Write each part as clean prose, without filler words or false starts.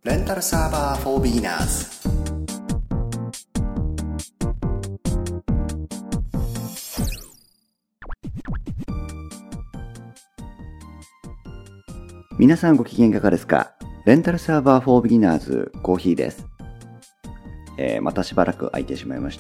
レンタルサーバー for beginners。皆さんご機嫌いかがですか？レンタルサーバー for beginners コーヒーです。またしばらく空いてしまいまして、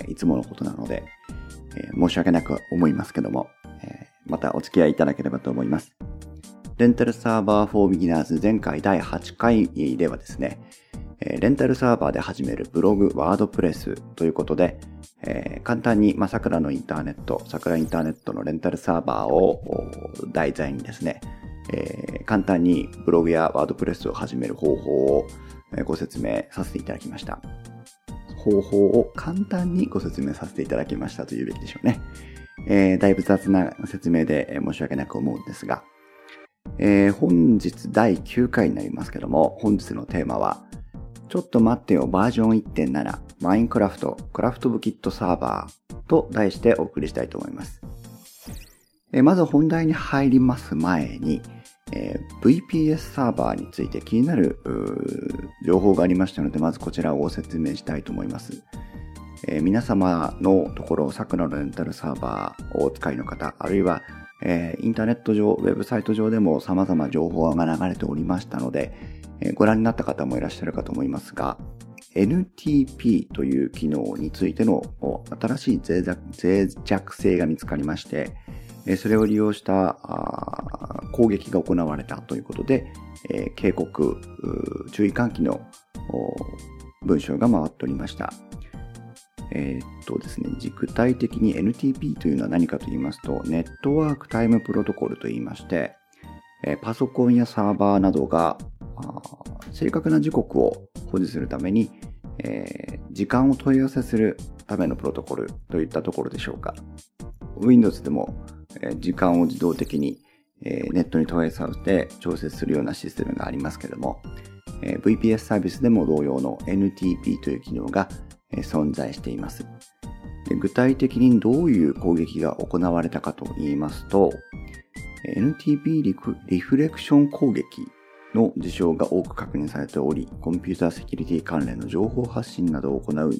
いつものことなので、申し訳なく思いますけども、またお付き合いいただければと思います。レンタルサーバー for beginners 前回第8回ではですね、レンタルサーバーで始めるブログワードプレスということで、簡単に、桜インターネットのレンタルサーバーを題材にですね、簡単にブログやワードプレスを始める方法をご説明させていただきました。方法を簡単にご説明させていただきましたというべきでしょうね。だいぶ雑な説明で申し訳なく思うんですが、本日第9回になりますけども、本日のテーマは、ちょっと待ってよバージョン 1.7 マインクラフトクラフトブキットサーバーと題してお送りしたいと思います。まず本題に入ります前に、VPS サーバーについて気になる情報がありましたので、まずこちらをご説明したいと思います。皆様のところ、桜のレンタルサーバーをお使いの方、あるいは、インターネット上、ウェブサイト上でも様々情報が流れておりましたので、ご覧になった方もいらっしゃるかと思いますが、NTP という機能についての新しい脆弱性が見つかりまして、それを利用した攻撃が行われたということで、警告、注意喚起の文章が回っておりました。ですね、具体的に NTP というのは何かと言いますと、ネットワークタイムプロトコルと言いまして、パソコンやサーバーなどが正確な時刻を保持するために、時間を問い合わせするためのプロトコルといったところでしょうか。Windows でも時間を自動的にネットに問い合わせて調節するようなシステムがありますけども、VPS サービスでも同様の NTP という機能が存在しています。で、具体的にどういう攻撃が行われたかと言いますと、NTP リフレクション攻撃の事象が多く確認されており、コンピューターセキュリティ関連の情報発信などを行う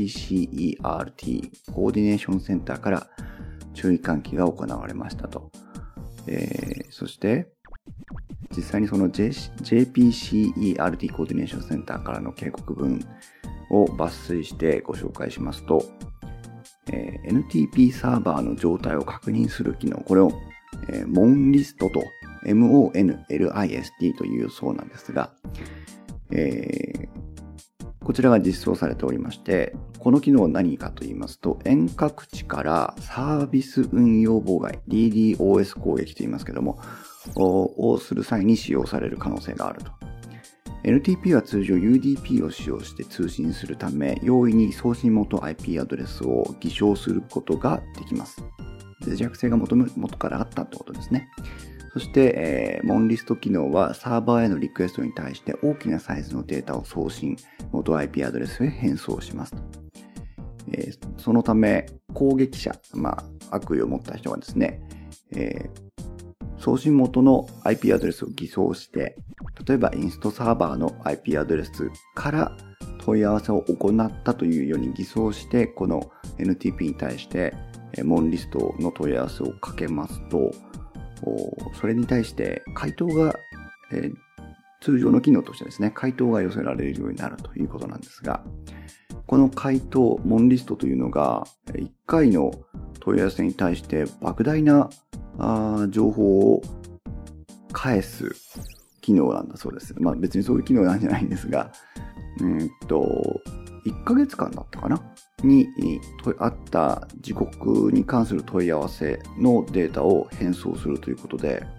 JPCERT コーディネーションセンターから注意喚起が行われましたと。そして実際にその JPCERT コーディネーションセンターからの警告文を抜粋してご紹介しますと、NTP サーバーの状態を確認する機能、これを、monlist と MONLIST というそうなんですが、こちらが実装されておりまして、この機能は何かと言いますと、遠隔地からサービス運用妨害 DDoS 攻撃と言いますけども、をする際に使用される可能性があると。NTP は通常 UDP を使用して通信するため、容易に送信元 IP アドレスを偽証することができます。脆弱性が元からあったってことですね。そして、モンリスト機能はサーバーへのリクエストに対して大きなサイズのデータを送信、元 IP アドレスへ変装しますと。そのため、攻撃者、悪意を持った人はですね、送信元の IP アドレスを偽装して、例えばインストサーバーの IP アドレスから問い合わせを行ったというように偽装して、この NTP に対してモンリストの問い合わせをかけますと、それに対して回答が、通常の機能としてですね、回答が寄せられるようになるということなんですが、この回答、モンリストというのが1回の問い合わせに対して莫大な情報を返す機能なんだそうです。別にそういう機能なんじゃないんですが、1ヶ月間だったかなにあった時刻に関する問い合わせのデータを変装するということで、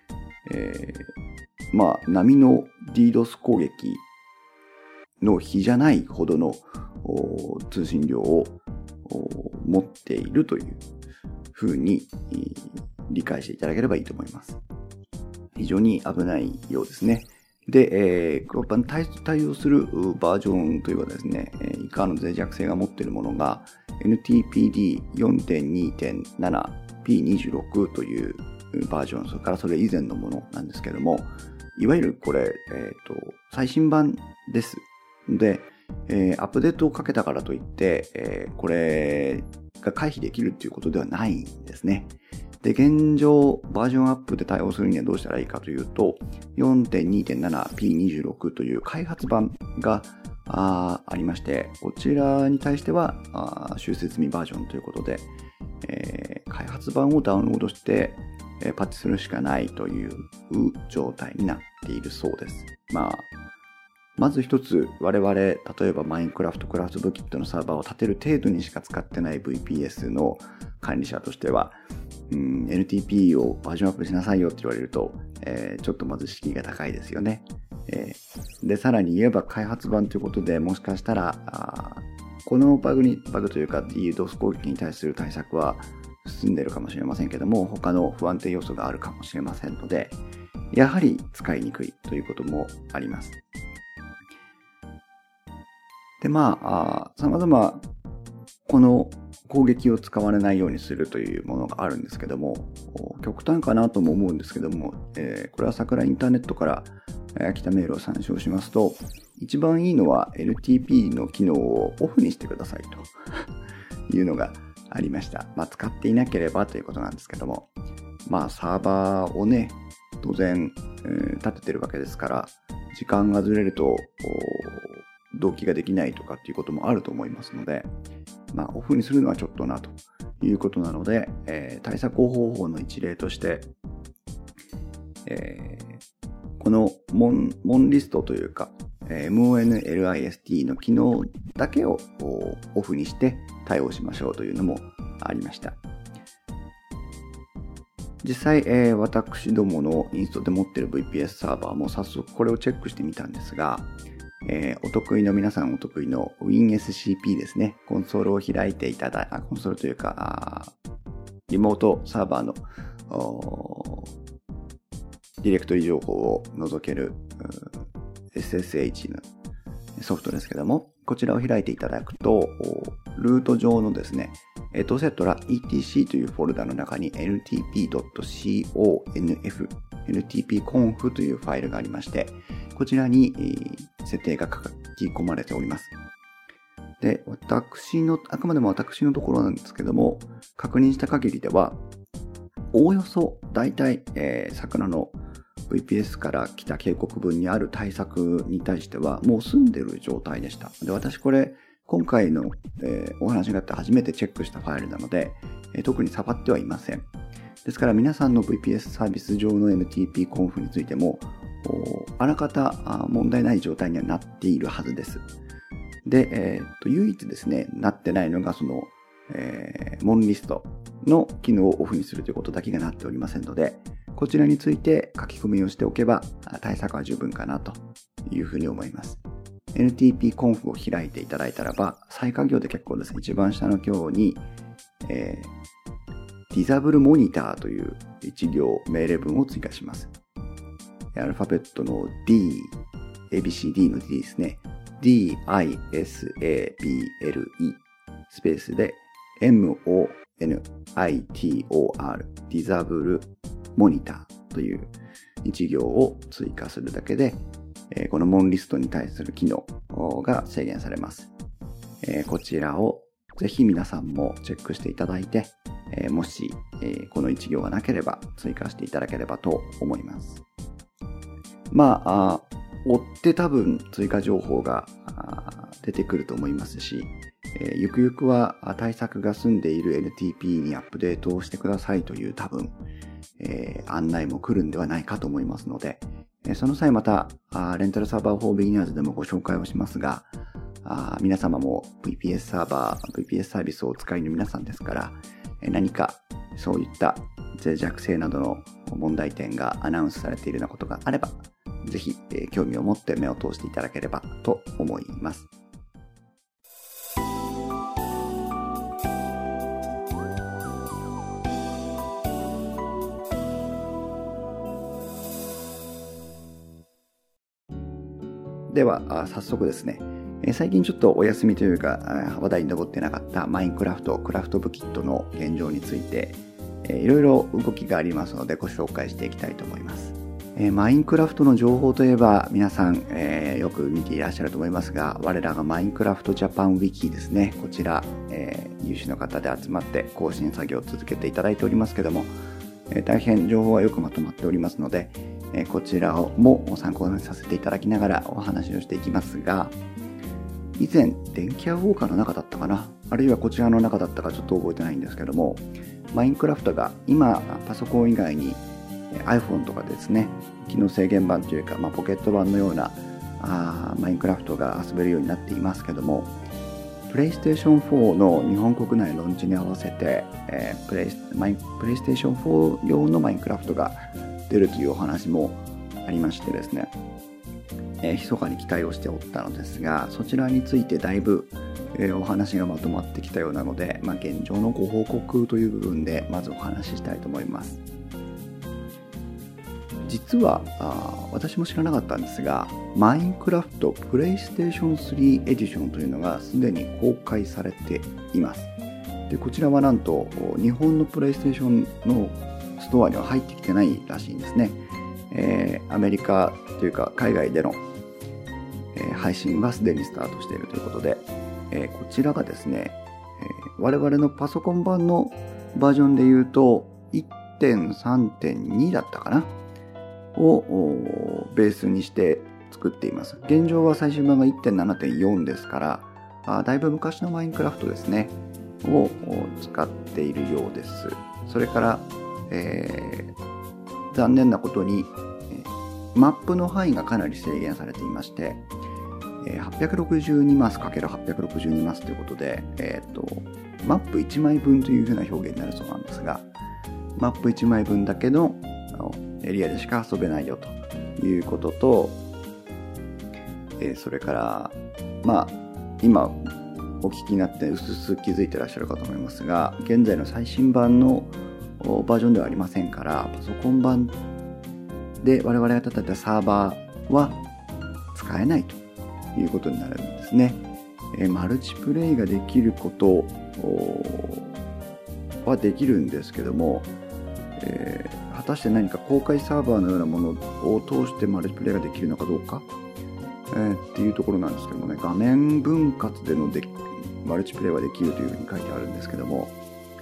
波の DDoS 攻撃の比じゃないほどの通信量を持っているというふうに理解していただければいいと思います。非常に危ないようですね。で、対応するバージョンというかですね、以下の脆弱性が持っているものが NTPD4.2.7P26 というバージョン、それからそれ以前のものなんですけども、いわゆるこれ、最新版です。で、アップデートをかけたからといって、これが回避できるっていうことではないんですね。で、現状、バージョンアップで対応するにはどうしたらいいかというと、4.2.7P26 という開発版がありまして、こちらに対しては修正済みバージョンということで、開発版をダウンロードして、パッチするしかないという状態になっているそうです。まず一つ、我々、例えばマインクラフトクラフトブキットのサーバーを立てる程度にしか使ってない VPS の管理者としては、NTP をバージョンアップしなさいよって言われると、ちょっとまず敷居が高いですよね。で、さらに言えば開発版ということで、もしかしたら、このバグというか DDoS 攻撃に対する対策は進んでいるかもしれませんけども、他の不安定要素があるかもしれませんので、やはり使いにくいということもあります。で、様々この攻撃を使われないようにするというものがあるんですけども、極端かなとも思うんですけども、これは桜インターネットから来たメールを参照しますと、一番いいのは LTP の機能をオフにしてくださいというのがありました。使っていなければということなんですけども、サーバーをね、当然、立ててるわけですから、時間がずれると同期ができないとかっていうこともあると思いますので、オフにするのはちょっとなということなので、対策方法の一例として、このモンリストというか、MONLIST の機能だけをオフにして対応しましょうというのもありました。実際、私どものインストで持っている VPS サーバーも早速これをチェックしてみたんですが、お得意の皆さんお得意の WinSCP ですね。コンソールを開いていただいて、コンソールというか、リモートサーバーのディレクトリ情報を覗ける SSH のソフトですけども、こちらを開いていただくと、ルート上のですね、トセトラ etc というフォルダの中に ltp.conf、ltpconf というファイルがありまして、こちらに設定が書き込まれております。で、あくまでも私のところなんですけども、確認した限りでは、おおよそ大体、桜の VPS から来た警告文にある対策に対してはもう済んでる状態でした。で、私これ今回の、お話があって初めてチェックしたファイルなので、特に触ってはいません。ですから皆さんの VPS サービス上の NTP-conf についてもあらかた問題ない状態にはなっているはずです。で、唯一ですね、なってないのがその、モンリストの機能をオフにするということだけがなっておりませんので、こちらについて書き込みをしておけば対策は十分かなというふうに思います。NTP-conf を開いていただいたらば、再稼業で結構です。一番下の行に、disable monitor という一行命令文を追加します。アルファベットの ABCD の D ですね。DISABLE スペースで MONITOR disable monitor という一行を追加するだけで、このモンリストに対する機能が制限されます。こちらをぜひ皆さんもチェックしていただいて、もし、この一行がなければ追加していただければと思います。追って多分追加情報が出てくると思いますし、ゆくゆくは対策が済んでいる NTP にアップデートをしてくださいという多分、案内も来るんではないかと思いますので、その際またレンタルサーバー4 Beginners でもご紹介をしますが、皆様も VPS サービスをお使いの皆さんですから、何かそういった脆弱性などの問題点がアナウンスされているようなことがあれば、ぜひ興味を持って目を通していただければと思います。では早速ですね、最近ちょっとお休みというか話題に上ってなかったマインクラフトクラフトブキットの現状についていろいろ動きがありますのでご紹介していきたいと思います。マインクラフトの情報といえば皆さん、よく見ていらっしゃると思いますが、我らがマインクラフトジャパンウィキですね、こちら、有志の方で集まって更新作業を続けていただいておりますけども、大変情報はよくまとまっておりますので、こちらをも参考にさせていただきながらお話をしていきますが、以前電気屋ウォーカーの中だったかな、あるいはこちらの中だったかちょっと覚えてないんですけども、マインクラフトが今パソコン以外に iPhone とかですね、機能制限版というか、ポケット版のようなマインクラフトが遊べるようになっていますけども、PlayStation 4の日本国内ローンチに合わせて、PlayStation 4用のマインクラフトが出るというお話もありましてですね、密かに期待をしておったのですが、そちらについてだいぶ、お話がまとまってきたようなので、現状のご報告という部分でまずお話ししたいと思います。実は私も知らなかったんですが、マインクラフトプレイステーション3エディションというのがすでに公開されています。でこちらはなんと日本のプレイステーションのストアには入ってきてないらしいんですね。アメリカというか海外での、配信はすでにスタートしているということで、こちらがですね、我々のパソコン版のバージョンで言うと 1.3.2 だったかなをベースにして作っています。現状は最新版が 1.7.4 ですから、だいぶ昔のマインクラフトですねを使っているようです。それから、残念なことにマップの範囲がかなり制限されていまして、862マス ×862 マスということで、マップ1枚分というふうな表現になるそうなんですが、マップ1枚分だけのエリアでしか遊べないよということと、それから今お聞きになってうすうす気づいてらっしゃるかと思いますが、現在の最新版のバージョンではありませんから、パソコン版で我々が立てたサーバーは使えないということになるんですね。マルチプレイができることはできるんですけども、果たして何か公開サーバーのようなものを通してマルチプレイができるのかどうか、っていうところなんですけどもね、画面分割でのマルチプレイはできるというふうに書いてあるんですけども、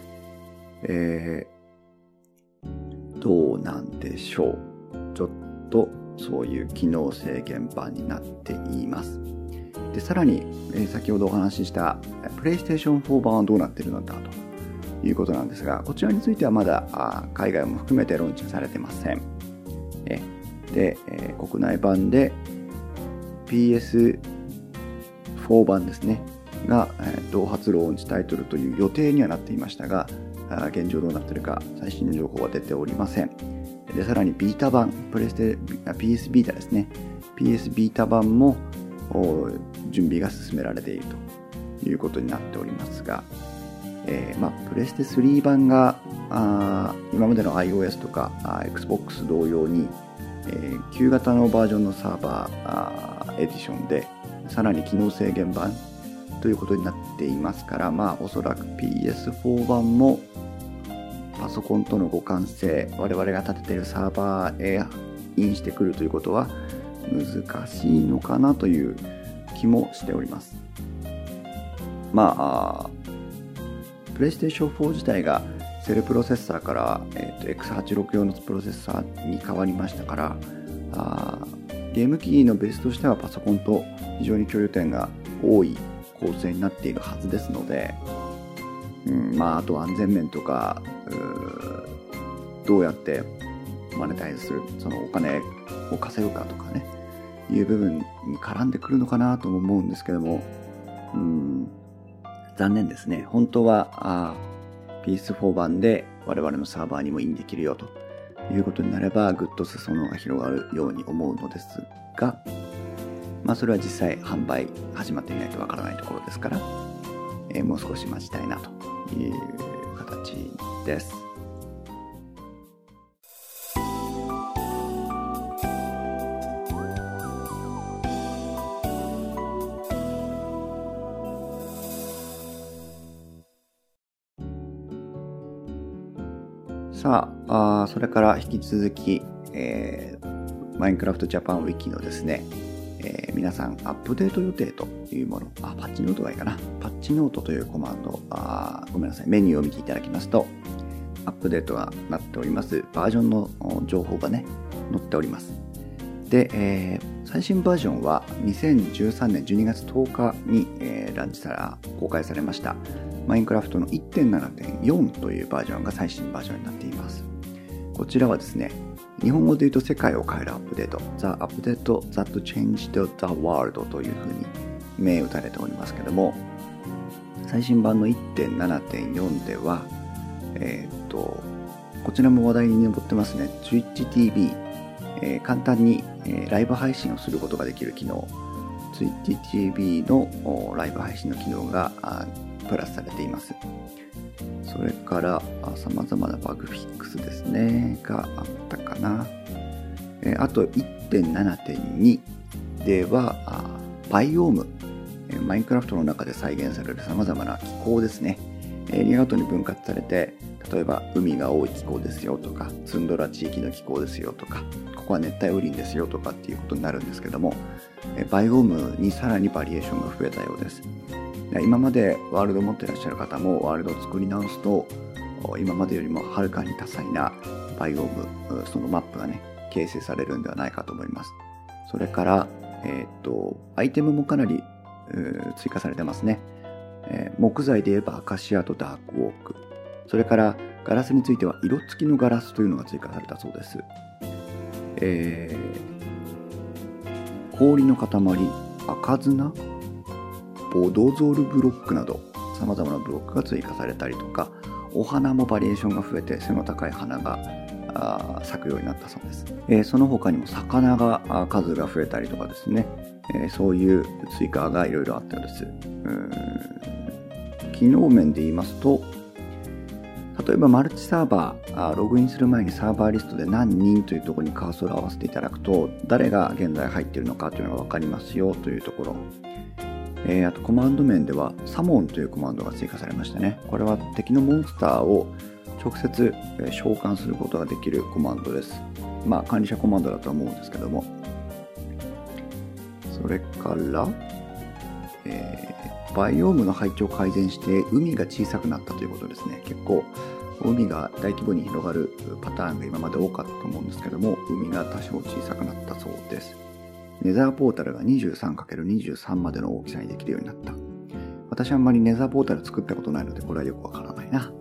どうなんでしょう。ちょっとそういう機能制限版になっています。でさらに、先ほどお話しした PlayStation 4版はどうなっているのかということなんですが、こちらについてはまだ海外も含めてローンチされてません。で、国内版で PS4 版ですねが、同発ローンチタイトルという予定にはなっていましたが、現状どうなっているか最新の情報は出ておりません。でさらにビータ版、PS ビータですね、PS ビータ版も準備が進められているということになっておりますが、プレステ3版が今までの iOS とかXbox 同様に、旧型のバージョンのサーバーエディションでさらに機能制限版ということになっていますから、おそらく PS4 版もパソコンとの互換性、我々が立てているサーバーへインしてくるということは難しいのかなという気もしております。PlayStation 4自体がセルプロセッサーから、X86 用のプロセッサーに変わりましたから、ゲーム機のベースとしてはパソコンと非常に共有点が多い構成になっているはずですので、あと安全面とかどうやってマネタイズする、そのお金を稼ぐかとかねいう部分に絡んでくるのかなとも思うんですけども、残念ですね。本当はPS4 版で我々のサーバーにもインできるよということになればぐっと裾野が広がるように思うのですが、それは実際販売始まってみないとわからないところですから、もう少し待ちたいなという形です。 さあ、それから引き続き、マインクラフトジャパンウィキのですね、皆さんアップデート予定というもの、パッチノートがいいかな。パッチノートというコマンド、ごめんなさい、メニューを見ていただきますと、アップデートがなっております。バージョンの情報がね、載っております。で、最新バージョンは2013年12月10日に、公開されましたマインクラフトの 1.7.4 というバージョンが最新バージョンになっています。こちらはですね、日本語で言うと世界を変えるアップデート The Update That Changed the World というふうに銘打たれておりますけども、最新版の 1.7.4 ではこちらも話題に上ってますね。 TwitchTV、簡単に、ライブ配信をすることができる機能 TwitchTV のライブ配信の機能がプラスされています。それから様々なバグフィックスですねがあったかな。あと 1.7.2 ではバイオーム、マインクラフトの中で再現される様々な気候ですね、エリアごとに分割されて、例えば海が多い気候ですよとか、ツンドラ地域の気候ですよとか、ここは熱帯雨林ですよとかっていうことになるんですけども、バイオームにさらにバリエーションが増えたようです。今までワールドを持っていらっしゃる方もワールドを作り直すと、今までよりもはるかに多彩なバイオーム、そのマップがね、形成されるんではないかと思います。それから、アイテムもかなり追加されてますね。木材で言えばアカシアとダークウォーク。それからガラスについては色付きのガラスというのが追加されたそうです。氷の塊、赤砂、ボドゾルブロックなど様々なブロックが追加されたりとか、お花もバリエーションが増えて背の高い花が咲くようになったそうです。その他にも魚が数が増えたりとかですね、そういう追加がいろいろあったようです。機能面で言いますと、例えばマルチサーバー、ログインする前にサーバーリストで何人というところにカーソルを合わせていただくと、誰が現在入っているのかというのが分かりますよというところ。あとコマンド面ではサモンというコマンドが追加されましたね。これは敵のモンスターを直接召喚することができるコマンドです。管理者コマンドだと思うんですけども。それから、バイオームの配置を改善して海が小さくなったということですね。結構海が大規模に広がるパターンが今まで多かったと思うんですけども、海が多少小さくなったそうです。ネザーポータルが 23×23 までの大きさにできるようになった。私はあんまりネザーポータル作ったことないのでこれはよくわからないな。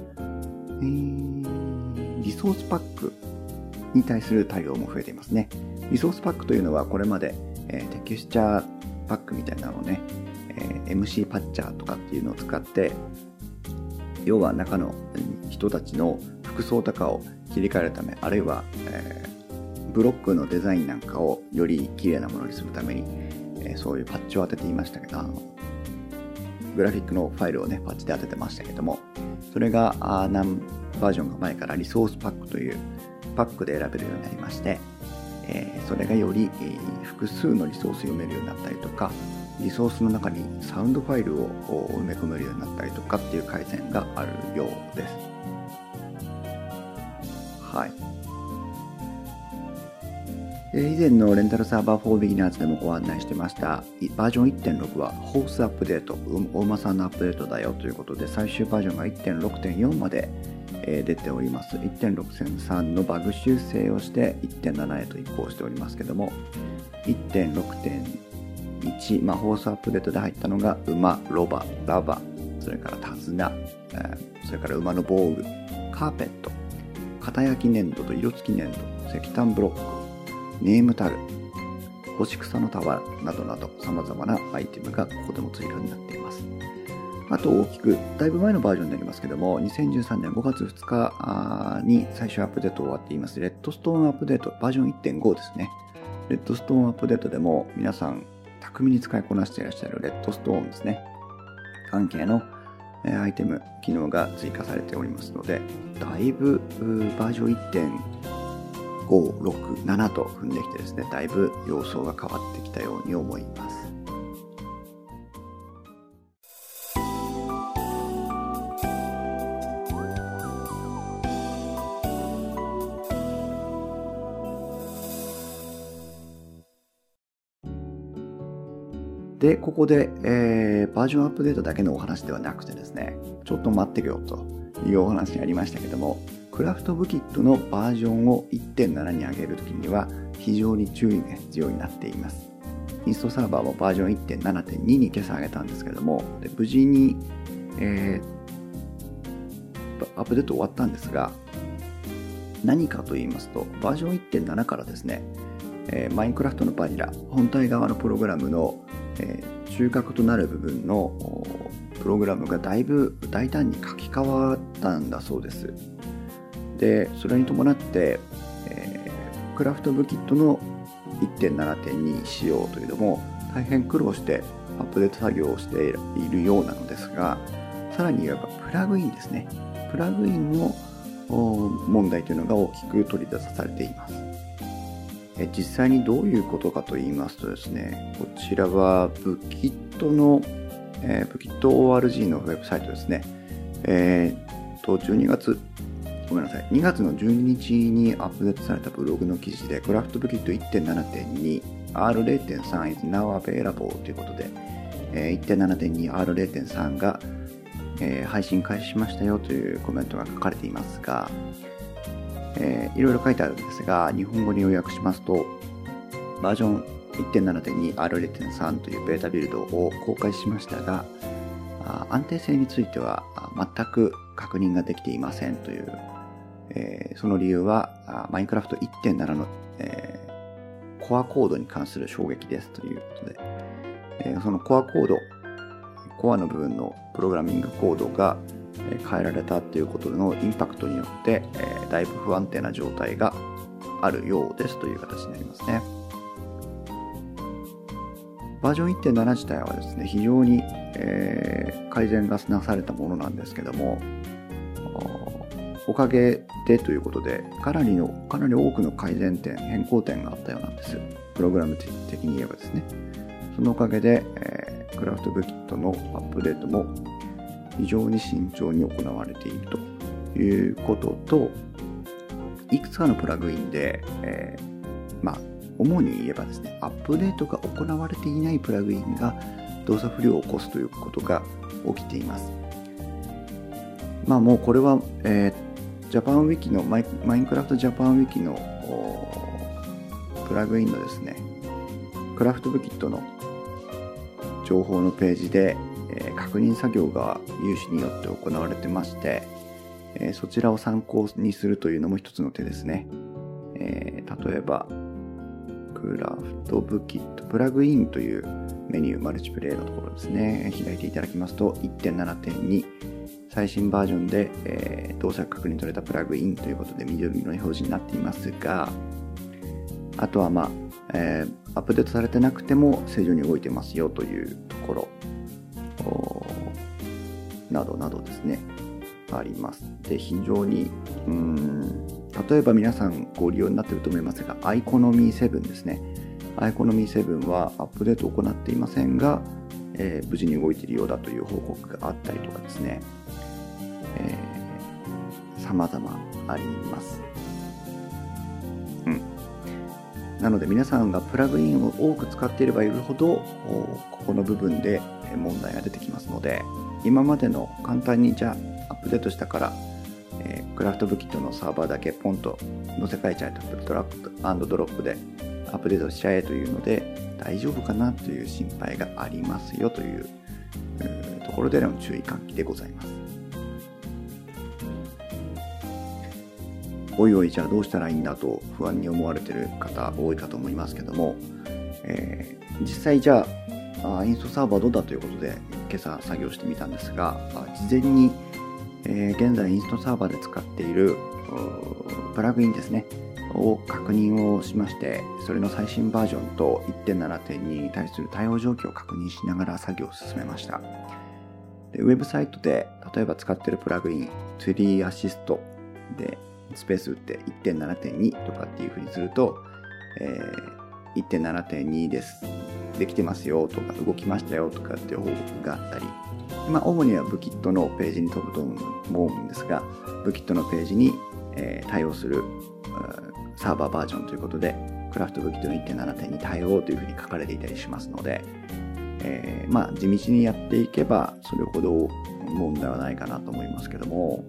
リソースパックに対する対応も増えていますね。リソースパックというのはこれまで、テキスチャーパックみたいなのをね、MC パッチャーとかっていうのを使って、要は中の人たちの服装とかを切り替えるため、あるいは、ブロックのデザインなんかをより綺麗なものにするために、そういうパッチを当てていましたけど、グラフィックのファイルをねパッチで当ててましたけども、それが何バージョンか前からリソースパックというパックで選べるようになりまして、それがより、複数のリソースを読めるようになったりとか、リソースの中にサウンドファイルを埋め込めるようになったりとかっていう改善があるようです。はい。以前のレンタルサーバー4ビギナーズでもご案内してましたバージョン 1.6 はホースアップデート、お馬さんのアップデートだよということで、最終バージョンが 1.6.4 まで出ております。 1.6.3 のバグ修正をして 1.7 へと移行しておりますけども、 1.6.1、ホースアップデートで入ったのが馬、ロバ、ラバ、それから手綱、それから馬の防具、カーペット、型焼き粘土と色付き粘土、石炭ブロック、ネームタグ、干し草の俵などなど様々なアイテムがここでも追加になっています。あと大きく、だいぶ前のバージョンになりますけども、2013年5月2日に最終アップデート終わっています。レッドストーンアップデート、バージョン 1.5 ですね。レッドストーンアップデートでも皆さん巧みに使いこなしていらっしゃるレッドストーンですね。関係のアイテム、機能が追加されておりますので、だいぶバージョン 1.5、6、7と踏んできてですね、だいぶ様相が変わってきたように思います。 で、ここで、バージョンアップデートだけのお話ではなくてですね、ちょっと待ってよというお話がありましたけども、クラフトブキットのバージョンを 1.7 に上げるときには非常に注意が必要になっています。インストサーバーもバージョン 1.7.2 に今朝上げたんですけども、で無事に、アップデート終わったんですが、何かと言いますと、バージョン 1.7 からですね、マインクラフトのバニラ、本体側のプログラムの、中核となる部分のプログラムが大胆に書き換わったんだそうです。で、それに伴って、クラフトブキットの 1.7.2 仕様というのも大変苦労してアップデート作業をしているようなのですが、さらに言えばプラグインですね。プラグインの問題というのが大きく取り出されています。実際にどういうことかと言いますとですね、こちらはブキットの、ブキット ORG のウェブサイトですね。2月の12日にアップデートされたブログの記事で、クラフトブキット 1.7.2 R0.3 is now available ということで、1.7.2 R0.3 が、配信開始しましたよというコメントが書かれていますが、いろいろ書いてあるんですが、日本語に要約しますと、バージョン 1.7.2 R0.3 というベータビルドを公開しましたが、安定性については全く確認ができていませんという、その理由はマインクラフト 1.7 の、コアコードに関する衝撃ですということで、そのコアコード、コアの部分のプログラミングコードが変えられたということのインパクトによって、だいぶ不安定な状態があるようですという形になりますね。バージョン 1.7 自体はですね、非常に、改善がなされたものなんですけども、おかげでということでかなり多くの改善点、変更点があったようなんです。プログラム的に言えばですね。そのおかげで、クラフトブキットのアップデートも非常に慎重に行われているということと、いくつかのプラグインで、主に言えばですね、アップデートが行われていないプラグインが動作不良を起こすということが起きています。もうこれは、ジャパンウィキのマインクラフトジャパンウィキのプラグインのですね、クラフトブキットの情報のページで、確認作業が有志によって行われてまして、そちらを参考にするというのも一つの手ですね。例えばクラフトブキットプラグインというメニュー、マルチプレイのところですね、開いていただきますと 1.7.2 最新バージョンで、動作確認取れたプラグインということで緑の表示になっていますが、あとはアップデートされてなくても正常に動いてますよというところなどなどですね、あります。で、非常に例えば皆さんご利用になっていると思いますが、アイコノミー7ですね。アイコノミー7はアップデートを行っていませんが、無事に動いているようだという報告があったりとかですね、様々あります。なので皆さんがプラグインを多く使っていればいるほど、ここの部分で問題が出てきますので、今までの簡単にじゃあアップデートしたから、クラフトブキットのサーバーだけポンと載せ替えちゃえと、ドラッグ&ドロップでアップデートしちゃえというので大丈夫かなという心配がありますよというところでの注意喚起でございます。おいおい、じゃあどうしたらいいんだと不安に思われている方多いかと思いますけども、実際じゃあインストサーバーどうだということで今朝作業してみたんですが、事前に、現在インストサーバーで使っているプラグインですねを確認をしまして、それの最新バージョンと 1.7.2 に対する対応状況を確認しながら作業を進めました。で、ウェブサイトで例えば使っているプラグイン Tree Assist でスペース打って 1.7.2 とかっていう風にすると、1.7.2 ですできてますよとか動きましたよとかっていう報告があったり、主にはブキットのページに飛ぶと思うんですが、ブキットのページに、対応するサーバーバージョンということでクラフトブキットの 1.7.2 対応というふうに書かれていたりしますので、 地道にやっていけばそれほど問題はないかなと思いますけども、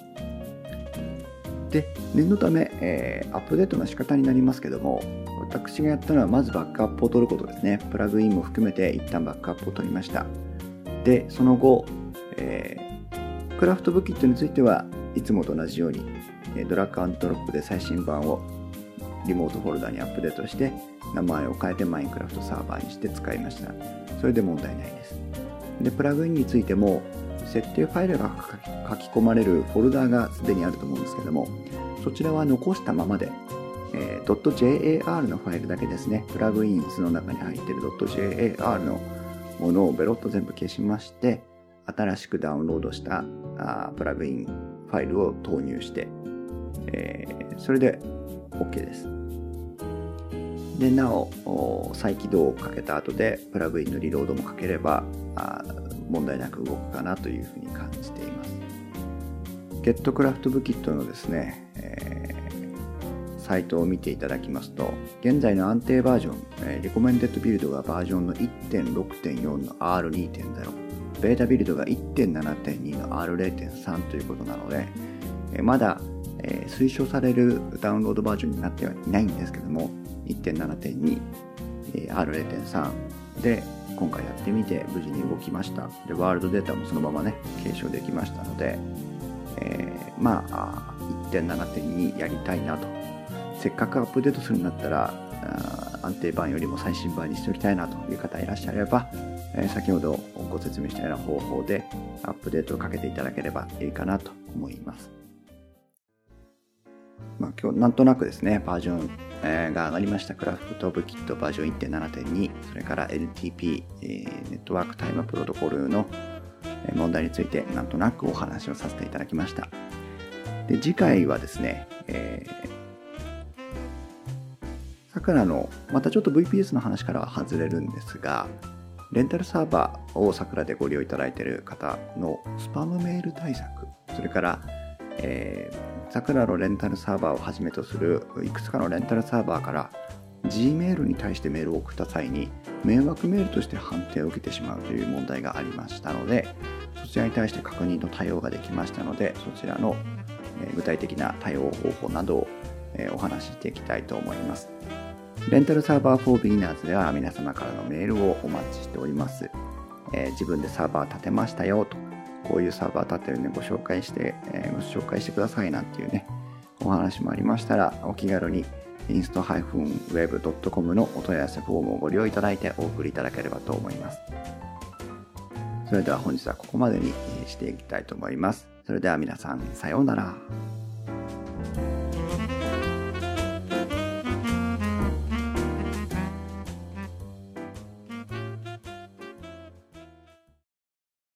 で念のため、アップデートの仕方になりますけども、私がやったのはまずバックアップを取ることですね。プラグインも含めて一旦バックアップを取りました。でその後、クラフトブキットについてはいつもと同じようにドラッグアンドドロップで最新版をリモートフォルダにアップデートして名前を変えてマインクラフトサーバーにして使いました。それで問題ないです。でプラグインについても設定ファイルが書き込まれるフォルダがすでにあると思うんですけども、そちらは残したままで、.jar のファイルだけですね、プラグインスの中に入っている .jar のものをベロッと全部消しまして、新しくダウンロードしたプラグインファイルを投入して、それで OK です。でなお再起動をかけた後でプラグインのリロードもかければ問題なく動くかなというふうに感じています。GetCraftBkit のですね、サイトを見ていただきますと、現在の安定バージョン、リコメンデッドビルドがバージョンの 1.6.4 の R2.0、ベータビルドが 1.7.2 の R0.3 ということなので、まだ、推奨されるダウンロードバージョンになってはいないんですけども、1.7.2、R0.3 で今回やってみて無事に動きました。でワールドデータもそのままね継承できましたので、1.7.2 やりたいなと。せっかくアップデートするんだったら安定版よりも最新版にしておきたいなという方いらっしゃれば、先ほどご説明したような方法でアップデートをかけていただければいいかなと思います。今日なんとなくですねバージョンが上がりましたクラフトブキットバージョン 1.7.2、 それから NTP ネットワークタイムプロトコルの問題についてなんとなくお話をさせていただきました。で次回はですね、さくらのまたちょっと VPS の話からは外れるんですが、レンタルサーバーをさくらでご利用いただいている方のスパムメール対策、それからさくらのレンタルサーバーをはじめとするいくつかのレンタルサーバーから Gmail に対してメールを送った際に迷惑メールとして判定を受けてしまうという問題がありましたので、そちらに対して確認の対応ができましたので、そちらの具体的な対応方法などをお話ししていきたいと思います。レンタルサーバー for Beginners では皆様からのメールをお待ちしております。自分でサーバー立てましたよと、こういうサーバー立ってるんでご紹介してくださいなんていうねお話もありましたら、お気軽にinst-web.com のお問い合わせフォームをご利用いただいてお送りいただければと思います。それでは本日はここまでにしていきたいと思います。それでは皆さんさようなら。